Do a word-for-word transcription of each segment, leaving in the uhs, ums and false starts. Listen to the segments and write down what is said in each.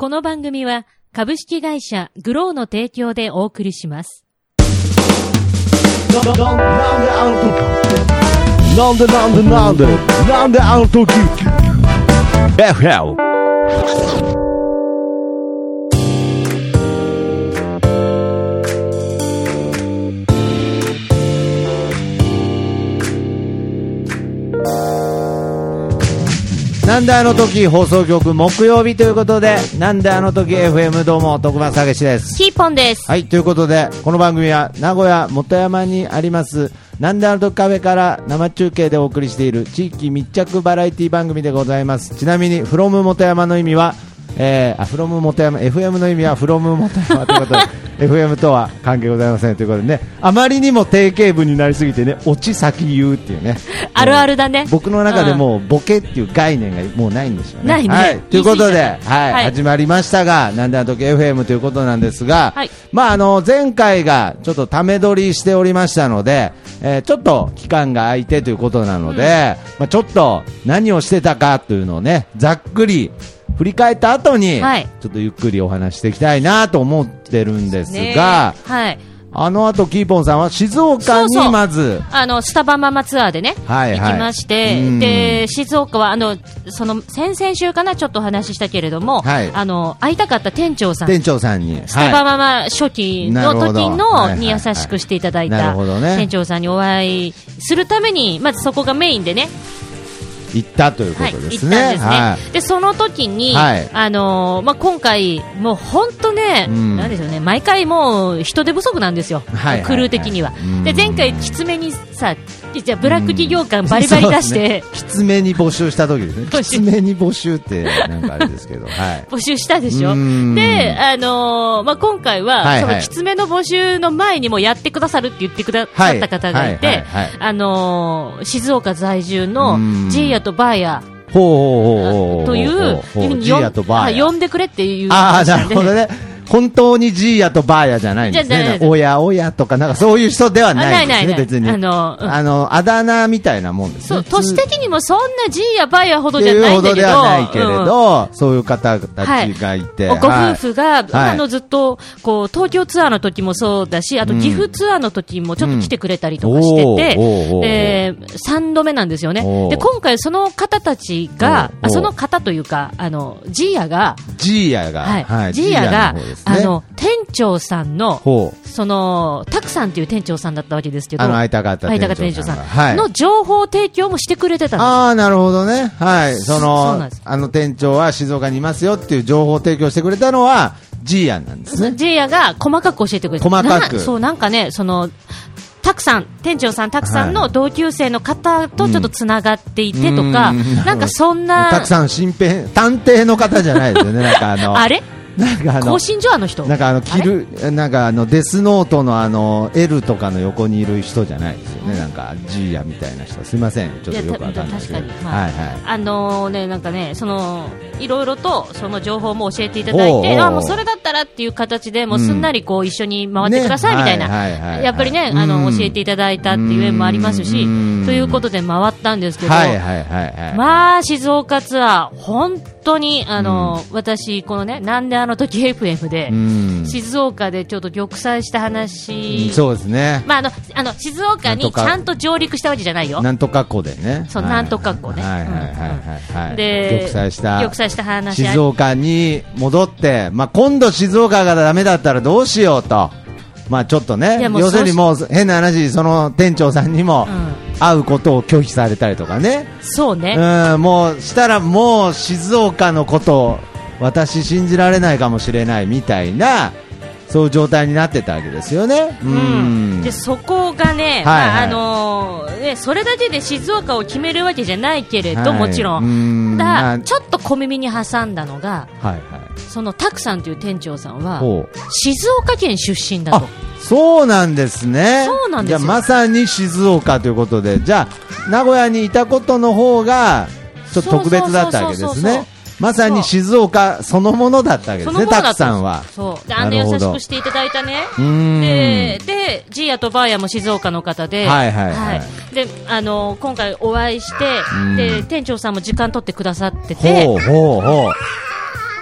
この番組は株式会社グローの提供でお送りします。 なんであの時なんでなんでなんでなんであの時 エフエルなんであの時放送局木曜日ということで、なんであの時 エフエム、どうも徳間武史です。 キーポンです。 はい、ということでこの番組は名古屋元山にありますなんであの時カフェから生中継でお送りしている地域密着バラエティ番組でございます。ちなみに from 元山の意味は、えー、あ from 元山 エフエム の意味は from 元山ということでエフエム とは関係ございませんということでね、あまりにも定型文になりすぎてね、オチ先言うっていうね、 あるあるだね。 僕の中でもうボケっていう概念がもうないんですよね。 ないね。 はい、ということで、はい、 はい、 始まりましたが、なんであの時 エフエム ということなんですが、はい、まああの前回がちょっとため撮りしておりましたので、えー、ちょっと期間が空いてということなので、うん、まあちょっと何をしてたかというのをね、ざっくり振り返った後に、はい、ちょっとゆっくりお話していきたいなと思ってるんですが、 はい、 あの後キーポンさんは静岡にまずそうそうあのスタバママツアーでね、はいはい、行きまして、で静岡はあのその先々週かなちょっとお話ししたけれども、はい、あの会いたかった店長さん店長さんにスタバママ初期の時のに優しくしていただいた店長さんにお会いするためにまずそこがメインでね行ったということですね。 はい、行ったんですね。はい、でその時に、はい、あのー、まあ今回もう本当ね、うん、なんでしょうね、毎回もう人手不足なんですよ。はいはいはい、クルー的には。で前回きつめにさ、じゃブラック企業感バリバリ出して、 うん、きつめに募集した時ですね。きつめに募集ってなんかあれですけど、はい、 募集したでしょ。であのー、まあ今回は、はいはい、そのきつめの募集の前にもやってくださるって言ってくださった方がいて、あのー、静岡在住のジーヤとバーヤという呼んでくれっていう、 ああなるほどね、本当にジーヤとバーヤじゃないんですね。おやおやとかなんかそういう人ではないんですね。別にあの、うん、あのあだ名みたいなもんですね。 都市的にもそんなジーヤバーヤほどじゃないんだけど、ほどではないけれど、うん、そういう方たちがいて、 はい、ご夫婦が、はい、あのずっとこう東京ツアーの時もそうだし、あと岐阜ツアーの時もちょっと来てくれたりとかしてて、うんえー、さんどめなんですよね。で今回その方たちが、あその方というかあのジーヤがジーヤが、 はいはい、ジーヤがあの店長さんのそのタクさんっていう店長さんだったわけですけど、 あの会いたかった店長さんの情報提供もしてくれてたんです。 ああなるほどね、はい、そのあの店長は静岡にいますよっていう情報提供してくれたのはジーヤなんですね。 ジーヤが細かく教えてくれた。 細かくそうなんかね、そのタクさん店長さんタクさんの同級生の方とちょっとつながっていてとか、うん、なんかそんなタクさん新編探偵の方じゃないですよね。なんかあのあれなんかあの更新所あの人なんかあの着るなんかあのデスノートのあの L とかの横にいる人じゃないですよね。なんかジーヤみたいな人、すいませんちょっとよくわかんないけど、確かに、まあはいはい、あのー、ねなんかねそのいろいろとその情報も教えていただいて、あもうそれだったらっていう形でもうすんなりこう一緒に回ってくださいみたいな、やっぱりねあの教えていただいたっていう縁もありますし、ということで回ったんですけど、はいはいはいはい、まあ静岡ツアー本当にあの、うん、私このねなんであの時 エフエム で、うん、静岡でちょっと玉砕した話、 うん、そうですね、 まあ、あのあの静岡にちゃんと上陸したわけじゃないよ。 なんとか湖でね、 そう、はい、なんとか湖ね、はいはいはいはい、はい、で玉砕した玉砕した話静岡に戻って、まあ、今度静岡がダメだったらどうしようと、まあ、ちょっとね要するにもう変な話、その店長さんにも、うん、会うことを拒否されたりとかね、 そうね、 うん、もうしたらもう静岡のことを私信じられないかもしれないみたいなそういう状態になってたわけですよね。うん、うん、 でそこがね、はいはい、まああのー、ねそれだけで静岡を決めるわけじゃないけれど、はい、もちろん、うんだちょっと小耳に挟んだのが、はいはい、そのタクさんという店長さんは静岡県出身だと。 そうなんですね。 そうなんですよ。 じゃあまさに静岡ということで、じゃあ名古屋にいたことの方がちょっと特別だったわけですね。まさに静岡そのものだったわけですね、タクさんは。 そうであんな優しくしていただいたね。ででジーヤとバーヤも静岡の方で、はいはいはいはい、であの今回お会いして、で店長さんも時間取ってくださってて、ほうほうほう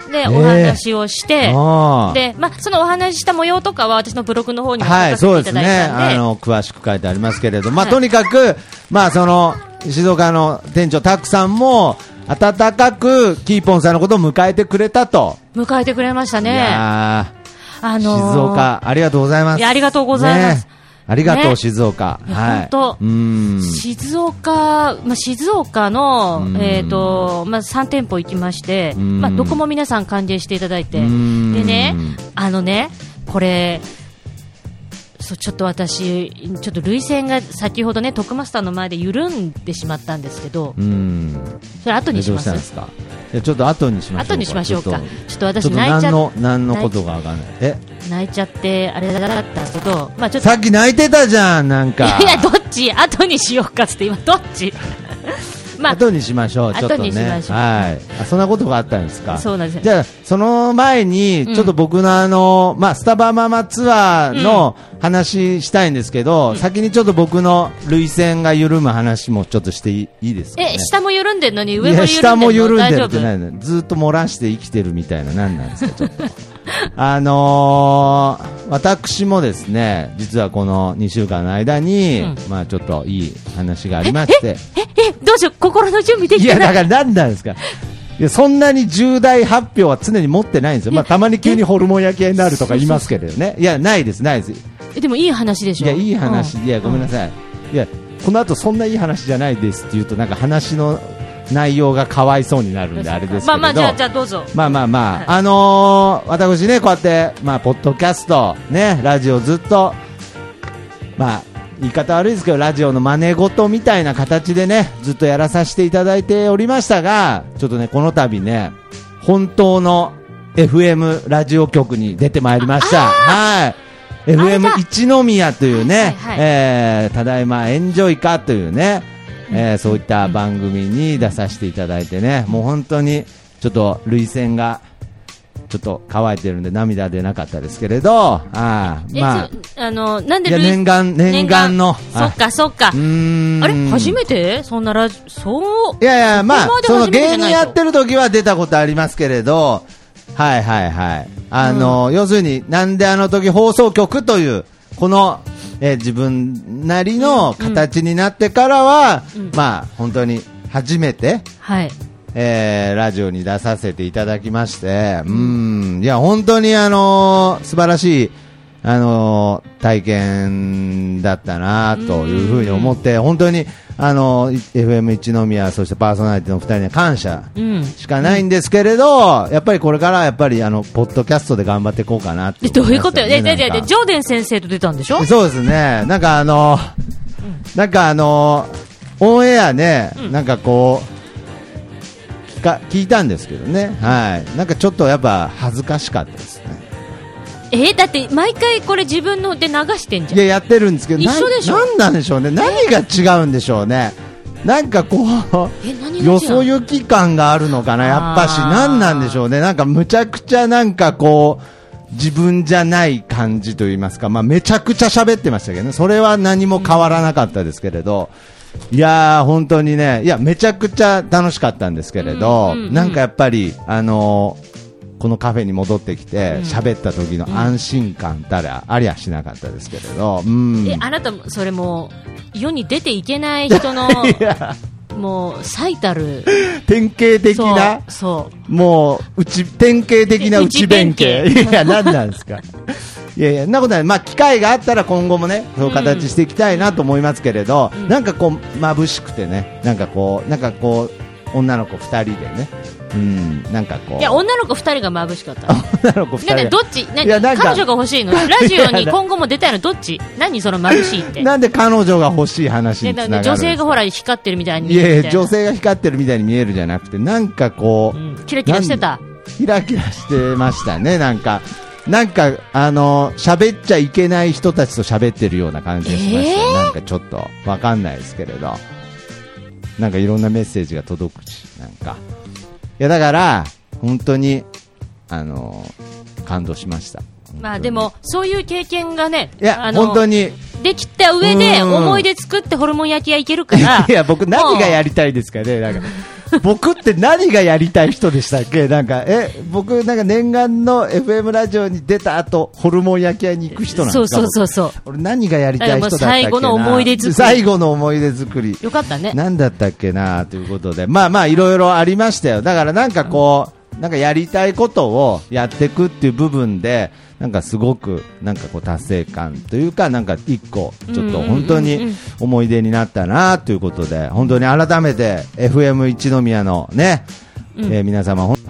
で、お話をして、えー、で、まあ、そのお話しした模様とかは私のブログの方にも書かせていただいたんで、はい、そうですね。 あの、詳しく書いてありますけれど、まあ、とにかく、まあ、その、静岡の店長、たくさんも、温かく、キーポンさんのことを迎えてくれたと。 迎えてくれましたね。いやあのー、 静岡、ありがとうございます。 いや、ありがとうございます。ね、 ありがとう、ね、静岡。はい。 本当。うん。静岡、まあ、静岡の、えっ、ー、と、まあ、さん店舗行きまして、まあ、どこも皆さん歓迎していただいて、でね、あのね、これ、そうちょっと私、ちょっと涙腺が先ほどね、徳マスターの前で緩んでしまったんですけど、うん、それ後にします。 どうしたんですか。いやちょっと後にしましょうか。 後にしましょうか。ちょっと、ちょっと私泣いちゃって、何の何のことがわかんない。え、 泣いちゃってあれだったんですけど、まあちょっとさっき泣いてたじゃんなんか。 いやどっち後にしようかつって今どっち。 まあ、後にしましょう、ちょっとね、はい、あそんなことがあったんですか。 そうなんです。 じゃあその前に、ちょっと僕のあの、まあ、スタバママツアーの話したいんですけど、うん、先にちょっと僕の涙腺が緩む話もちょっとしていいですか、ね。 え、下も緩んでるのに上も緩んでるの？いや、 下も緩んでるってないの。ずっと漏らして生きてるみたいな、なんなんですか、ちょっと。あのー、私もですね、実はこのにしゅうかんの間に、うん、まあちょっといい話がありまして。 え、え、え、え、どうしよう、心の準備できてない。 いや、だから何なんですか。いや、そんなに重大発表は常に持ってないんですよ。まあたまに急にホルモン焼き屋になるとか言いますけどね。いや、ないです、ないです。 え、でもいい話でしょ。 いや、いい話、うん、いや、ごめんなさい。うん、いや、この後そんないい話じゃないですって言うと、なんか話の、内容がかわいそうになるんであれですけど、 まあまあじゃあじゃあどうぞ。 まあまあまあ、はい、あのー、私ねこうやってまあポッドキャストねラジオずっとまあ言い方悪いですけどラジオの真似事みたいな形でねずっとやらさせていただいておりましたが、ちょっとねこの度ね本当の エフエム ラジオ局に出てまいりました。はい。エフエム 一宮というね、はいはいはい、えー、ただいまエンジョイかというね。えー、そういった番組に出させていただいてね、もう本当にちょっと涙腺がちょっと乾いてるんで涙出なかったですけれど、ああ、まあ、 あのなんでいや念願念願の、 そっかそっか、うーん、あれ初めてそんなラジそういやいやまあその芸人やってる時は出たことありますけれど、はいはいはい、あの、うん、要するになんであの時放送局というこのえー、自分なりの形になってからは、うん、まあ本当に初めて、はい、えー、ラジオに出させていただきまして、うん、いや本当にあのー、素晴らしいあのー、体験だったなというふうに思って、本当にあの エフエム 一宮そしてパーソナリティのふたりには感謝しかないんですけれど、うん、やっぱりこれからやっぱりあのポッドキャストで頑張っていこうかなって、ね、 どういうことよ。ででででジョーデン先生と出たんでしょ。 そうですね。なんかあの、うん、なんかあのオンエアね、うん、なんかこう聞か聞いたんですけどね、はい、なんかちょっとやっぱ恥ずかしかったですね。 えー、だって毎回これ自分ので流してんじゃん。 いややってるんですけど、 一緒でしょ。 なんなんでしょうね、何が違うんでしょうね。なんかこうよそ行き感があるのかな、やっぱし何なんでしょうね。なんかむちゃくちゃなんかこう自分じゃない感じと言いますか、まあめちゃくちゃ喋ってましたけどね、それは何も変わらなかったですけれど、いやー本当にね、いやめちゃくちゃ楽しかったんですけれど、うんうんうん、なんかやっぱりあのーこのカフェに戻ってきて喋、うん、った時の安心感たらありゃしなかったですけれど、うん、 えあなたそれも世に出ていけない人のもう最たる典型的な、 そうそうもう内典型的な内弁慶いや何なんですかいやいやそんなことない、まあ、機会があったら今後もねそういう形していきたいなと思いますけれど、うん、なんかこう眩しくてね、なんかこうなんかこう女の子ふたりでね、うん、なんかこう、 いや女の子ふたりが眩しかった。 女の子ふたり。 どっち？何？彼女が欲しいの？ラジオに今後も出たいのどっち？何その眩しいって。 なんで彼女が欲しい話につながるんですか？ 女性がほら光ってるみたいに見えるみたいな。 いやいや女性が光ってるみたいに見えるじゃなくて、なんかこう、うん、 キラキラしてた。 キラキラしてましたね。なんかなんかあの喋っちゃいけない人たちと喋ってるような感じがしました、えー、なんかちょっとわかんないですけれど、なんかいろんなメッセージが届くし、なんかいやだから本当にあのー、感動しました。 まあでもそういう経験がね、 いや、あのー、本当にできた上で思い出作ってホルモン焼き屋行けるからいや僕何がやりたいですかね、なんか僕って何がやりたい人でしたっけ？なんか、え、僕なんか念願の エフエム ラジオに出た後、ホルモン焼き屋に行く人なんですか？ そうそうそうそう。 俺何がやりたい人だったっけな。 最後の思い出作り。 最後の思い出作り。 よかったね。 何だったっけなということで、まあまあいろいろありましたよ。だからなんかこう、なんかやりたいことをやっていくっていう部分で、なんかすごくなんかこう達成感というか、なんか一個ちょっと本当に思い出になったなということで、本当に改めて エフエム 一宮のね、うん、えー、皆様ほん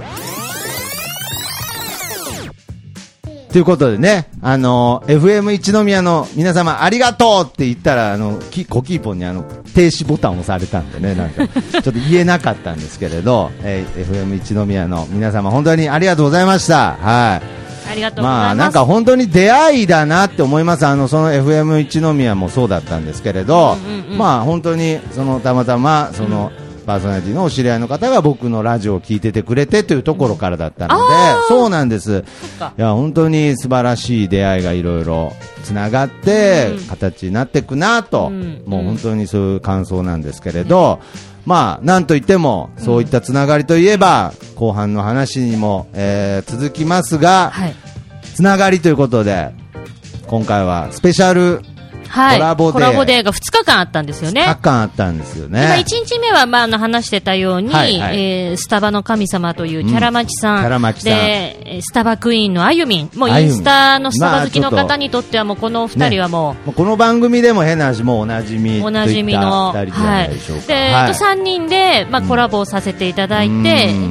ということでね、あのー、エフエム 一宮の皆様ありがとうって言ったら、あのキコキーポンにあの停止ボタンを押されたんでね、なんかちょっと言えなかったんですけれど、えー、エフエム 一宮の皆様本当にありがとうございました。はい。 ありがとうございます。まあなんか本当に出会いだなって思います。あのその エフエム 一宮もそうだったんですけれど、うんうんうん、まあ本当にそのたまたまその、うん、パーソナリティのお知り合いの方が僕のラジオを聞いててくれてというところからだったので、うん、そうなんです。いや本当に素晴らしい出会いがいろいろつながって形になっていくなと、うん、もう本当にそういう感想なんですけれど、うん、まあなんといってもそういったつながりといえば、うん、後半の話にも、えー、続きますが、はい、つながりということで今回はスペシャルはい、 コラボデー、 コラボデーがふつかかんあったんですよね。 ふつかかんあったんですよね。 今いちにちめは、まあ、あの話してたように、はいはい、えー、スタバの神様というキャラマチさん、うん、キャラマチさんでスタバクイーンのあゆみん、もうインスタのスタバ好きの方にとってはもうこのふたりはもう、 ね、この番組でも変な話もうおなじみおなじみのふたりじゃないでしょうか。はい、で、はい、さんにんで、まあ、コラボをさせていただいて、うん、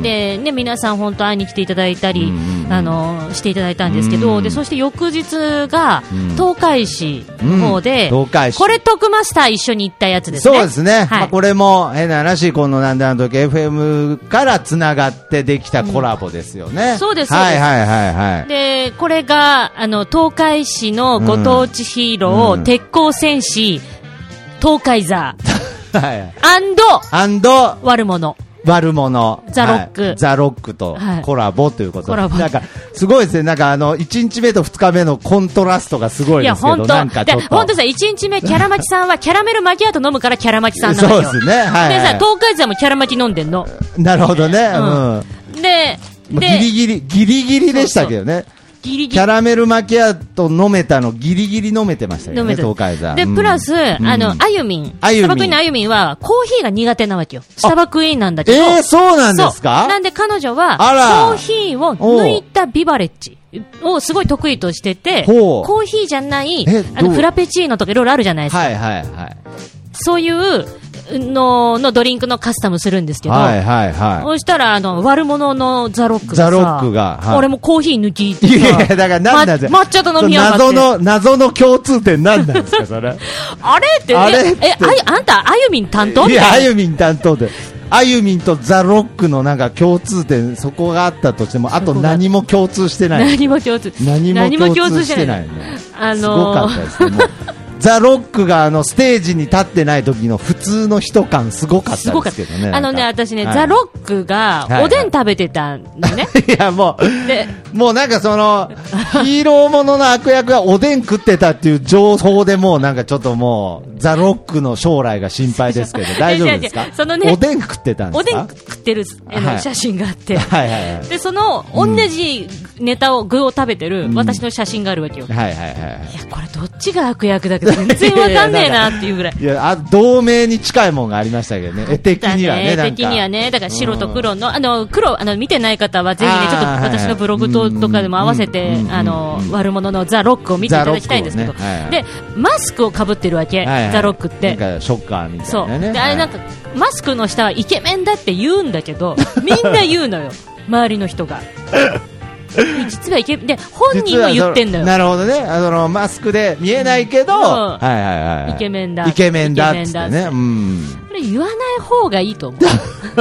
でね、皆さん本当会いに来ていただいたり、うん、あのしていただいたんですけど、うん、でそして翌日が東海市の方で、 うん、東海市これトークマスター一緒に行ったやつですね。 そうですね、はい、まあ、これも変な話、このなんであの時 エフエム からつながってできたコラボですよね。 うん、そうです、そうです。 はいはいはいはい。 でこれがあの東海市のご当地ヒーロー、うん、鉄鋼戦士東海座はい、アンドアンド悪者悪者ザロック、はい、 ザロックとコラボということで、はい、なんかすごいですね。なんかあのいちにちめとふつかめのコントラストがすごいですけど、いやなんかちょっと本当さ、いちにちめキャラマチさんはキャラメルマキアート飲むからキャラマチさんなんですよ。 そうですね、はい、はい、 でさ、東海座もキャラマチ飲んでんの。 なるほどね、うんうん、ででギリギリギリギリでしたけどね。そうそうギリギリキャラメルマキアート飲めたのギリギリ飲めてましたよね、東海座で、うん、プラス、あのあゆみん、スタバクイーンのあゆみんはコーヒーが苦手なわけよ。スタバクイーンなんだけど、 えー、そうなんですか。 なんで彼女はコーヒーを抜いたビバレッジをすごい得意としてて、コーヒーじゃないあのフラペチーノとかいろいろあるじゃないですか、はいはいはい、そういうののドリンクのカスタムするんですけど、はいはいはい、そしたらあの悪者のザロックがさ、 ザロックが、はい、 俺もコーヒー抜きってさ、 いやいやだから何なんですか、 ま、抹茶と飲み合わせて謎の謎の共通点何なんですかそれあれってあれってえああんたあゆみん担当みたいな。 いやあゆみん担当であゆみんとザロックのなんか共通点そこがあったとしてもあと何も共通してない。 何も共通何も共通してないね。あのー、すごかったですね。もうザ・ロックがあのステージに立ってない時の普通の人感すごかったですけどね。 あのね、私ね、はい、ザ・ロックがおでん食べてたんだね。 いやもうもうなんかそのヒーローものの悪役がおでん食ってたっていう情報でもうなんかちょっともうザ・ロックの将来が心配ですけど大丈夫ですか。 そのね、 おでん食ってたんですか。 おでん食ってるの写真があって、 はいはいはいはい、 でその同じネタを具を食べてる私の写真があるわけよ。 うん、はいはいはい。いやこれどっちが悪役だけど全然わかんねえなっていうぐらい。 いやあ同盟に近いものがありましたけどね。絵的にはね。 絵的にはね。だから白と黒の、うん、あの黒あの見てない方はぜひねちょっと私のブログと、とかでも合わせて、うん、あの悪者のザ・ロックを見ていただきたいんですけど、ねはいはい、でマスクをかぶってるわけ、はいはい、ザ・ロックってなんかショッカーみたいなね。 そうであれなんか、はい、マスクの下はイケメンだって言うんだけどみんな言うのよ周りの人が。実はイケで本人も言ってんだよ。 なるほどね。あのマスクで見えないけど、うん、はいはいはい、 イケメンだイケメンだっつってね。うん。 これ言わない方がいいと思う。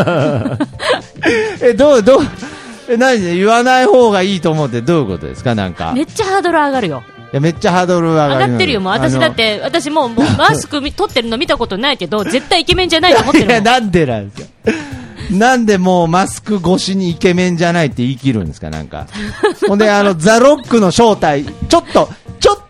えどうどうえ何で言わない方がいいと思うってどういうことですか。なんかめっちゃハードル上がるよ。 いやめっちゃハードル上がる上がってるよ。もう私だって私もうもうマスク取ってるの見たことないけど絶対イケメンじゃないと思ってるもん。いやなんでなんですか。なんでもうマスク越しにイケメンじゃないって言い切るんですか。なんかほんであのザ・ロックの正体ちょっとちょっと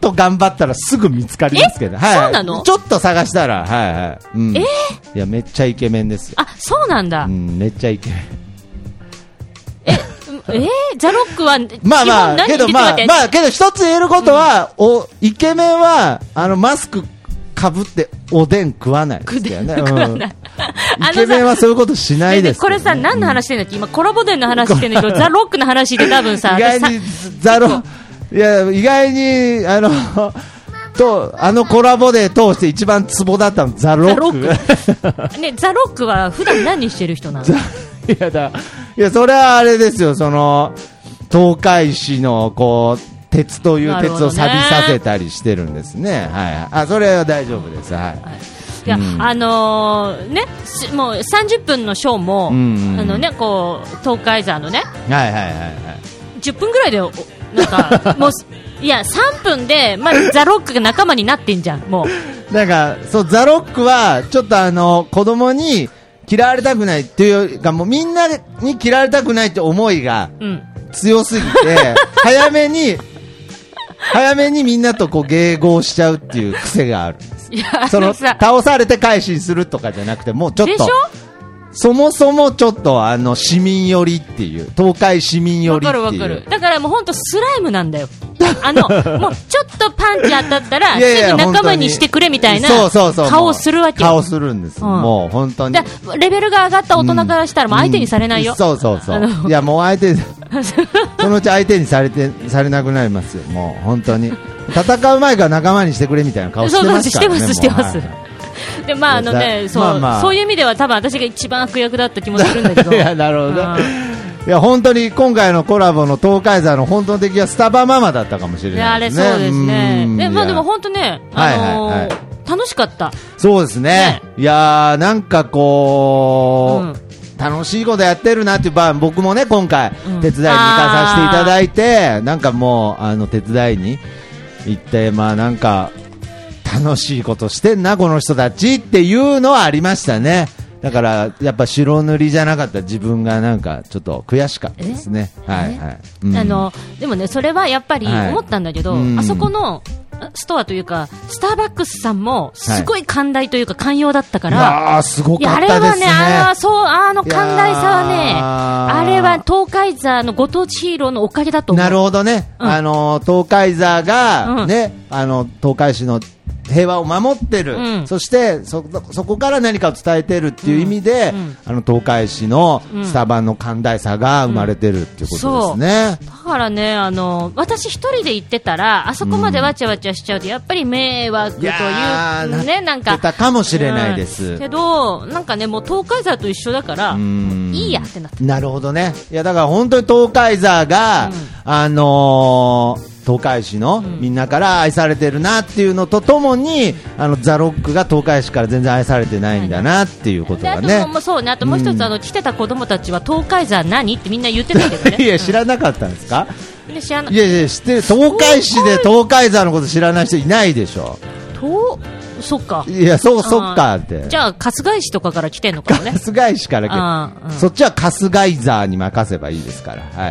と頑張ったらすぐ見つかりますけど、はい、 そうなの？ ちょっと探したら、はいはい、うん、 えー、 いやめっちゃイケメンですよ。 あ、そうなんだ、 うん、めっちゃイケメン。 ええー、ザロックはまあまあけどまあまあけど一つ言えることは、うん、おイケメンはあのマスクかぶっておでん食わないですよね。食わない、うん、イケメンはそういうことしないです、ね、 これさ何の話してんだっけ、今コラボデンの話してんだけどザロックの話って多分さ意外にザロいや意外にあのとあのコラボで通して一番ツボだったのザロック。 ザロックね、ザロックは普段何してる人なの？ いやだいやそれはあれですよ、その東海市のこう鉄という鉄を錆びさせたりしてるんですね。はい、あそれは大丈夫です。はい。はい、 いや、うん、あのー、ね、もうさんじゅっぷんのショーも、うんうん、あのね、こう東海座のね、 はいはいはいはい、 じゅっぷんぐらいでなんかもういやさんぷんでまずザロックが仲間になってんじゃん。もうなんかそうザロックはちょっとあの子供に嫌われたくないっていうか、もうみんなに嫌われたくないって思いが強すぎて、うん、早めに早めにみんなとこう迎合しちゃうっていう癖があるんです。いやその倒されて改心するとかじゃなくて、もうちょっとそもそもちょっとあの市民寄りっていう、東海市民寄りっていう。わかるわかる。 だからもう本当スライムなんだよ。あのもうちょっとパンチ当たったらいやいやすぐ仲間にしてくれみたいな顔をするわけよ。 顔するんです、うん、もう本当にレベルが上がった大人からしたらもう相手にされないよ、 うんうん、そうそうそう、いやもう相手そのうち相手にされてされなくなりますよ。もう本当に戦う前から仲間にしてくれみたいな顔してますからね。 そうそうしてますしてます。でまああのね、そう、まあまあ、そういう意味では多分私が一番悪役だった気もするんだけど。 いやなるほど。いや本当に今回のコラボの東海座の本当の敵はスタバママだったかもしれないですね。 いやあれそうですね。でまあでも本当ね、あのーはいはいはい、楽しかった。 そうですね。ねいやーなんかこう。うん楽しいことやってるなっていう場合、僕もね今回手伝いに行かさせていただいて、うん、なんかもうあの手伝いに行って、まあなんか楽しいことしてんなこの人たちっていうのはありましたね。だからやっぱ白塗りじゃなかった自分がなんかちょっと悔しかったですね。はいはい、うん、 あのでもねそれはやっぱり思ったんだけど、はい、あそこのストアというかスターバックスさんもすごい寛大というか寛容だったから、 はい、あすごかったですね。 あれはね、あそうあの寛大さはね、あれは東海座のご当地ヒーローのおかげだと思う。 なるほどね、うん、あの東海座が、ねうん、あの東海市の平和を守ってる、うん、そして そ, そこから何かを伝えてるっていう意味で、うんうん、あの東海市のスタバの寛大さが生まれてるっていうことですね、うん、 だからねあの私一人で行ってたらあそこまでわちゃわちゃしちゃうとやっぱり迷惑という、うん、ねなんかたかもしれないです、 うん、けどなんかねもう東海座と一緒だからいいやってなって。 なるほどね。いやだから本当に東海座が、うん、あのー東海市のみんなから愛されてるなっていうのとともに、うん、あのザ・ロックが東海市から全然愛されてないんだなっていうことがね。 あともそうね、あともう一つ、うん、あの来てた子供たちは東海座何ってみんな言ってたけどね。 いや知らなかったんですか。 うん、知らない。 いやいや知ってる。東海市で東海座のこと知らない人いないでしょ。 とそっか。 いやそうそっかって。 じゃあ春日井市とかから来てんのかもね。 春日井市から来て、うん、そっちは春日井座に任せばいいですから。はいはいはい。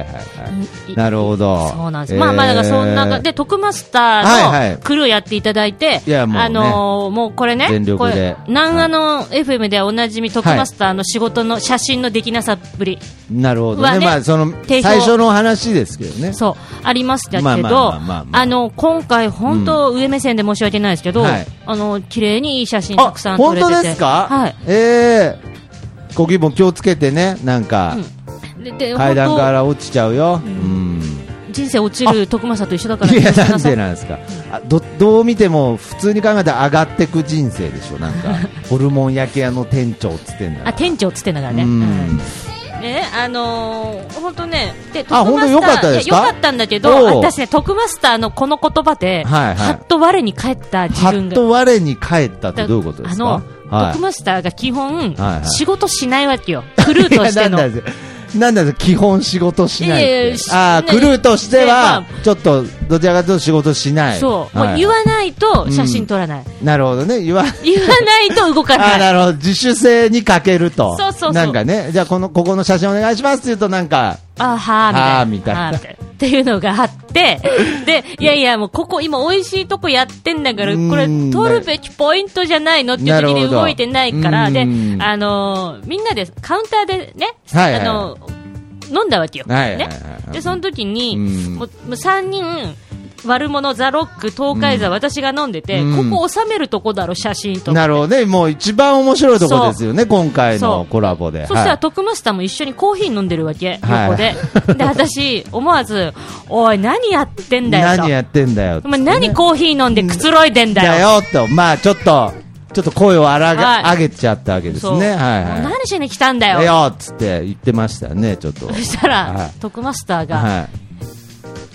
なるほど。 そうなんです。えー、まあまあだからそんなで徳マスターのクルーやっていただいて、はいはい、いやもうね、あのー、もうこれね全力で南アの エフエム ではおなじみ徳マスターの仕事の写真のできなさっぷり、 なるほどね。まあその最初の話ですけどね。 そうありましたけど、あの今回本当上目線で申し訳ないですけど、うんはい、あの綺麗にいい写真たくさん撮れてて。 本当ですか。はい。ええー、ご気分気をつけてね。なんか、うん、でで階段から落ちちゃうよ。うん。うん人生落ちる徳政と一緒だから。 いやなんでなんですか。あ ど, どう見ても普通に考えたら上がっていく人生でしょ。なんかホルモン焼き屋の店長つってんだから。 あ店長つってんだからね。うん。うんね、あのー、本当ね、であ本当良かったですか。 良かったんだけど、私ね、徳マスターのこの言葉で、はいはい、はっと我に返った自分が。 はっと我に返ったってどういうことですか。あの、はい、徳マスターが基本、はいはい、仕事しないわけよ。クルーとしての。 なんだろう基本仕事しないって、えー、あクルーとしてはちょっとどちらかというと仕事しない。 そう、はい、もう言わないと写真撮らない、 うん、なるほどね。言わ言わないと動かない。 あなるほど自主性に欠けると。 そうそうそう。 なんかねじゃあこのここの写真お願いしますって言うとなんかあはーみたいな。 っていうのがあって、で、いやいや、もうここ今美味しいとこやってんだから、これ取るべきポイントじゃないのっていう時に動いてないから、で、あのー、みんなでカウンターでね、はいはい、あのー、飲んだわけよ。はいはいはいはい、ね。で、その時に、もうさんにん、悪者、ザ・ロック、東海座、うん、私が飲んでて、うん、ここ収めるとこだろ、写真と。 なるほどね、もう一番面白いとこですよね、今回のコラボで。 そしたら、徳マスターも一緒にコーヒー飲んでるわけ、横で。はい、で、私、思わず、おい、何やってんだよと。 何やってんだよ、 ね。何コーヒー飲んでくつろいでんだよ。 だよと、まあちょっと、ちょっと声を荒げ、はい、上げちゃったわけですね。はいはい。 何しに来たんだよ。 よっつって言ってましたね、ちょっと。 そしたら、はい、徳マスターが、はい、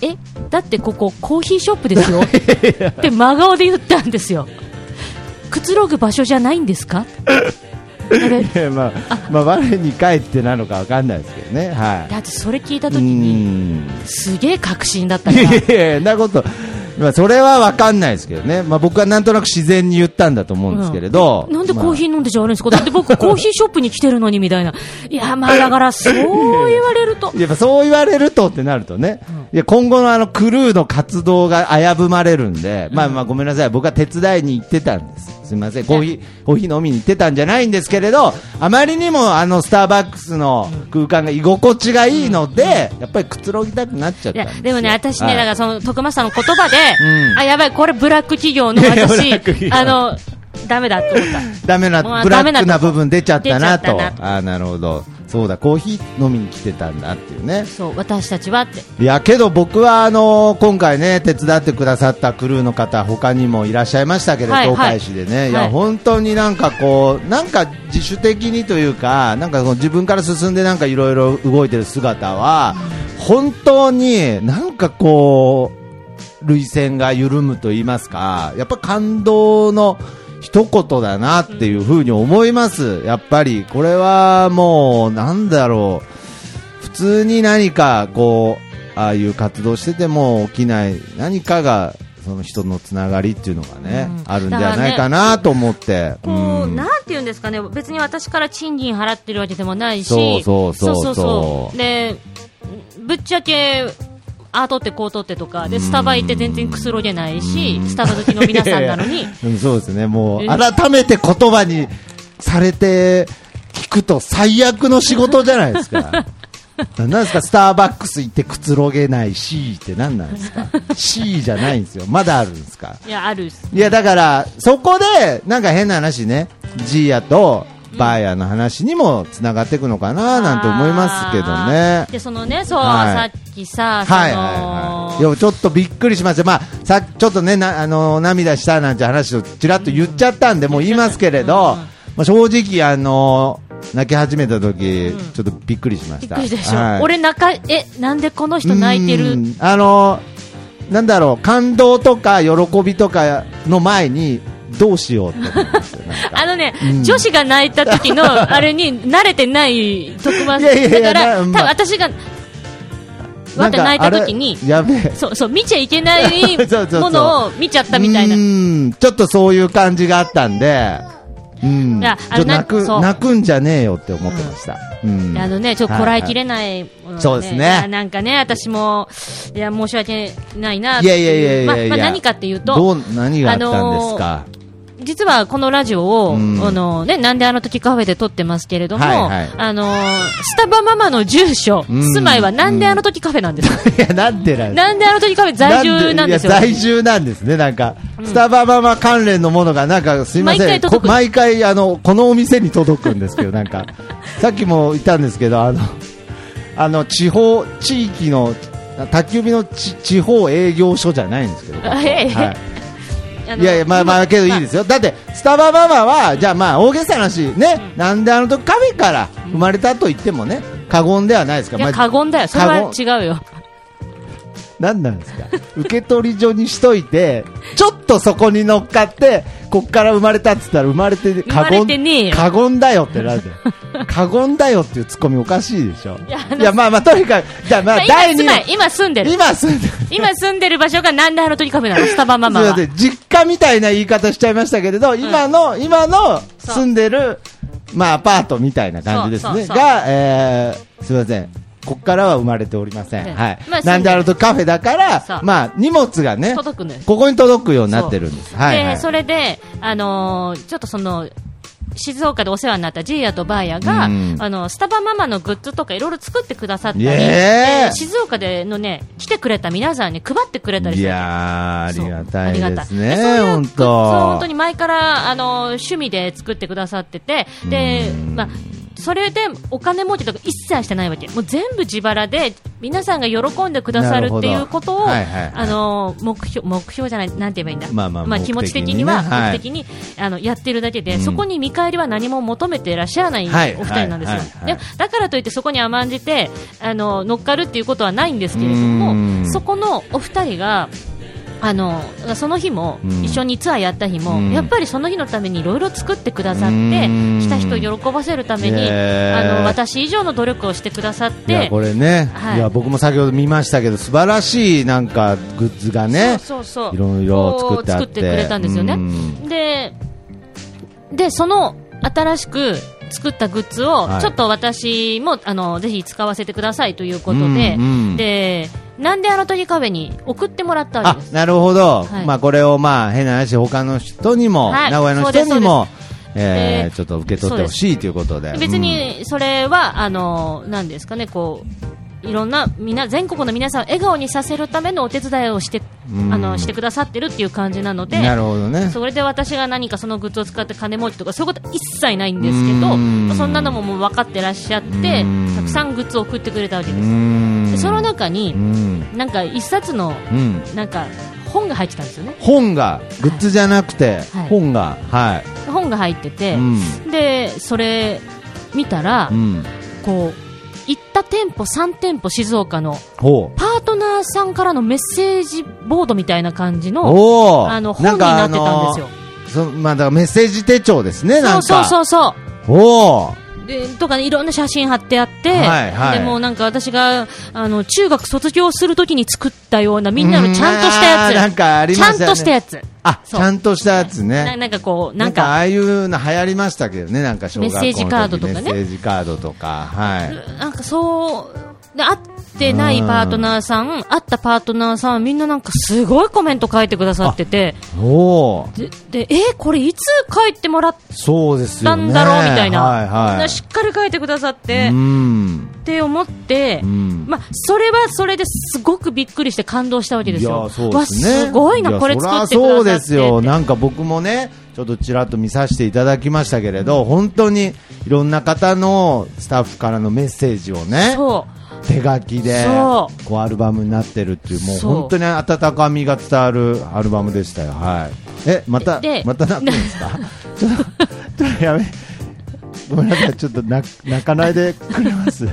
え、だってここコーヒーショップですよって真顔で言ったんですよ。くつろぐ場所じゃないんですかいや、まあ、まあ、我に返ってなのか分かんないですけどね、はい、 だってそれ聞いたときにすげえ確信だったから。 いやいや、なこと、まあ、それは分かんないですけどね、まあ、僕はなんとなく自然に言ったんだと思うんですけれど、 うん、なんでコーヒー飲んでじゃ悪いんですか、まあ、だって僕コーヒーショップに来てるのにみたいな。いや、まあだからそう言われるとやっぱそう言われるとってなるとね、うん、いや今後のあのクルーの活動が危ぶまれるんで、うん、まあまあごめんなさい、僕は手伝いに行ってたんです、すみません、コーヒー、コーヒー飲みに行ってたんじゃないんですけれど、あまりにもあのスターバックスの空間が居心地がいいので、うん、やっぱりくつろぎたくなっちゃったんですよ。 いやでもね、私ね、はい、だからその徳間さんの言葉で、うん、あ、やばい、これブラック企業の私あのダメだと思った。 ダメなブラックな部分出ちゃったなと。あ、なるほど、そうだ、コーヒー飲みに来てたんだっていうね。 そう私たちはって。 いやけど僕はあのー、今回ね手伝ってくださったクルーの方他にもいらっしゃいましたけど、はい、東海市でね、はい、いや本当になんかこうなんか自主的にというかなんかこう自分から進んでなんかいろいろ動いてる姿は本当になんかこう涙腺が緩むと言いますか、やっぱ感動の一言だなっていうふうに思います。やっぱりこれはもうなんだろう、普通に何かこうああいう活動してても起きない何かがその人のつながりっていうのがね、うん、あるんじゃないかなと思って、 こう、うん、なんていうんですかね、別に私から賃金払ってるわけでもないし、 そうそうそうそうそうでぶっちゃけあー取ってこう取ってとかでスタバ行って全然くつろげないし、スタバ好きの皆さんなのにいやいやそうですね、もう改めて言葉にされて聞くと最悪の仕事じゃないですかなんですか、スターバックス行ってくつろげないしって何なんですかC じゃないんですよ、まだあるんですか。 いやある、 いやだからそこでなんか変な話ね、ジーヤとバーヤの話にもつながっていくのかななんて思いますけどね。 でそのね、そう、はい、さっきさ、その、はいはいはい、いやちょっとびっくりしました。まあさちょっとねなあの涙したなんて話をちらっと言っちゃったんで、うん、もう言いますけれど、うん、まあ、正直あの泣き始めた時、うん、ちょっとびっくりしました。 びっくりでしょ、はい、俺泣かえなんでこの人泣いてる、 あのなんだろう、感動とか喜びとかの前にどうしようって思いますよあのね、うん、女子が泣いた時のあれに慣れてない特番だから、多分私がわって泣いた時にやべえ、 そうそう見ちゃいけないものを見ちゃったみたいな、 うーんちょっとそういう感じがあったんで、うん、いやあの泣く泣くんじゃねえよって思ってました。うんうん、 あのねちょっとこらえきれないもの、ね、 はい、そうですね。 なんかね私もいや申し訳ないなっていやいやいやいやいや、 ままあ、何かっていうとどう何があったんですか。あのー実はこのラジオを、うん、あのね、なんであの時カフェで撮ってますけれども、はいはい、あのスタバママの住所、うん、住まいはなんであの時カフェなんですよ、 うん、いやなんでなんなんであの時カフェ在住なんですよ。 在住なんですね。なんか、うん、スタバママ関連のものがなんかすいません毎回毎回あのこのお店に届くんですけどなんかさっきも言ったんですけどあのあの地方地域の宅急便のち地方営業所じゃないんですけど、はいいやいやまあまあけどいいですよ。だってスタバママはじゃあまあ大げさな話ね、うん、なんであの時カフェから生まれたと言ってもね過言ではないですから。 いや過言だよ、それは違うよ。 何なんですか受け取り所にしといてちょっとそこに乗っかってこっから生まれたって言ったら生まれて過言過言だよってなる過言だよっていうツッコミおかしいでしょ。いや、いやまあまあとにかくじゃあまあ第二の今住んでる今住んでる今住んでる場所がなんであの時カフェなのスタバママは。 実家みたいな言い方しちゃいましたけれど、うん、今の今の住んでるまあアパートみたいな感じですねが、えー、すみませんここからは生まれておりません。 ねはい。 まあなんであるとカフェだから、まあ、荷物がね、 届くのよ。 ここに届くようになってるんです。はい、はい。 で、それで、あのー、ちょっとその、静岡でお世話になったジーヤとバーヤが、うん、あのスタバママのグッズとかいろいろ作ってくださったり、えー、静岡でのね来てくれた皆さんに配ってくれたりして、いやーありがたいですね。 本当本当に前からあの趣味で作ってくださってて、で、まあそれでお金儲けとか一切してないわけ。もう全部自腹で皆さんが喜んでくださるっていうことを、はいはいはい、あの目標目標じゃないなんて言えばいいんだ。まあまあまあ、気持ち的には、ね、目的に、はい、あのやってるだけで、うん、そこに見返りは何も求めていらっしゃらないお二人なんですよ。はいはいはいはい、でだからといってそこに甘んじてあの乗っかるっていうことはないんですけれども、そこのお二人があのその日も、うん、一緒にツアーやった日も、うん、やっぱりその日のためにいろいろ作ってくださって、来た人を喜ばせるために、あの私以上の努力をしてくださって、 いやこれね、はい、いや僕も先ほど見ましたけど素晴らしいなんかグッズがね、 そうそうそういろいろ作ってあって、 作ってくれたんですよね。で、でその新しく作ったグッズをちょっと私も、はい、あのぜひ使わせてくださいということで、うんうん、でなんであの時カフェに送ってもらったわけです。 あ、なるほど、はい、まあ、これをまあ変な話他の人にも、はい、名古屋の人にも、えー、ちょっと受け取ってほしいということで、 別にそれは、うん、あのなんですかね、こういろんなみな全国の皆さんを笑顔にさせるためのお手伝いをしてあのしてくださってるっていう感じなので、 なるほどね、 それで私が何かそのグッズを使って金儲けとかそういうことは一切ないんですけど、んそんなのももう分かってらっしゃってたくさんグッズを送ってくれたわけです。でその中になんか一冊のなんか本が入ってたんですよね。 本がグッズじゃなくて、はい、本が、はい、 本が入ってて、でそれ見たら、こう行った店舗さん店舗静岡のパートナーさんからのメッセージボードみたいな感じのあの本になってたんですよ。 そまあ、だからメッセージ手帳ですね。なんかそうそうそうそう。 おーでとか、ね、いろんな写真貼ってあって、はいはい、でもなんか私があの中学卒業するときに作ったようなみんなのちゃんとしたやつ、 なんかありましたね、 ちゃんとしたやつ、 あちゃんとしたやつね、 な, なんかこうなんかああいうの流行りましたけどね、なんか小学校の時メッセージカードとかね、 メッセージカードとか、はい、 なんかそうで、会ってないパートナーさん、会ったパートナーさんはみんななんかすごいコメント書いてくださってて、 おででえー、これいつ書いてもらったんだろうみたいな、はいはい、みんなしっかり書いてくださってうんって思って、うんまあ、それはそれですごくびっくりして感動したわけですよ。 いやそうですね、 わすごいな、これ作ってくださってって。 そうですよ、なんか僕もねちょっとちらっと見させていただきましたけれど、うん、本当にいろんな方のスタッフからのメッセージをね、そう手書きでこうアルバムになってるっていう、もう本当に温かみが伝わるアルバムでしたよ。はい、えまたまた泣くんですかちょっとちょっとやめごめんなさい、ちょっと泣かないでくれます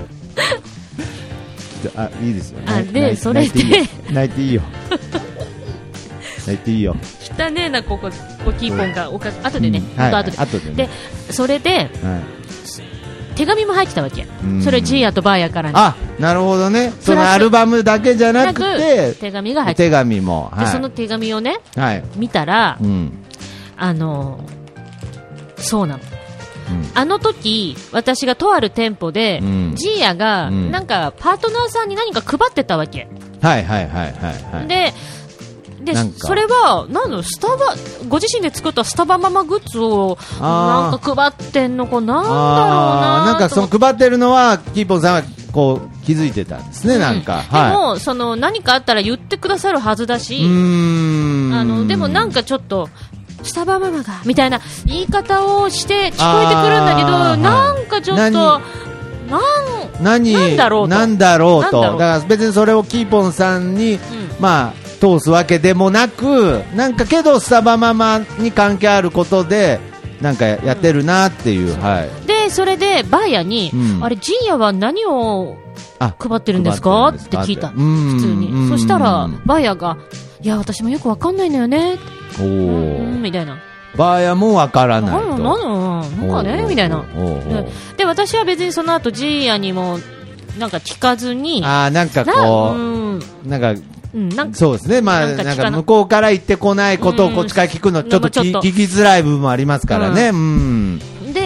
あいいですよね。 あでそれで泣いていいよ泣いていいよ汚ねえな、こここキーポンがおか後でね、うん、はい、後で、後でね、でそれで、はい、手紙も入ってたわけ、それジーヤとバーヤからに。 あなるほどね、そのアルバムだけじゃなくて手紙が入ってた。 手紙も、はい、 でその手紙をね、 はい、 見たら、うん、あのそうなの、うん、あの時私がとある店舗で、うん、ジーヤが、うん、なんかパートナーさんに何か配ってたわけ。 はいはいはいはい、はい、 ででそれはなんだスタバご自身で作ったスタバママグッズをなんか配ってんのかなんだろうな。 なんかその配ってるのはキーポンさんはこう気づいてたんですね、うん、なんか、 でも、はい、その何かあったら言ってくださるはずだし、うーんあのでもなんかちょっとスタバママがみたいな言い方をして聞こえてくるんだけど、なんかちょっとなん何なんだろうとなんだろうとだから別にそれをキーポンさんに、うん、まあ通すわけでもなく、なんかけどスタバママに関係あることでなんかやってるなっていう、うん、はい、 でそれでバーヤに、うん、あれジーヤは何を配ってるんですかって聞いた、普通に。そしたらバーヤがいや私もよくわかんないのよね、おーみたいな。 バーヤもわからないと、 なんかねみたいな。で, で私は別にその後ジーヤにもなんか聞かずに、 あなんかこう、うん、なんかうん、なんかそうですね、まあ、なんか向こうから言ってこないことをこっちから聞くのちょっと聞きづらい部分もありますからね、うんうん、で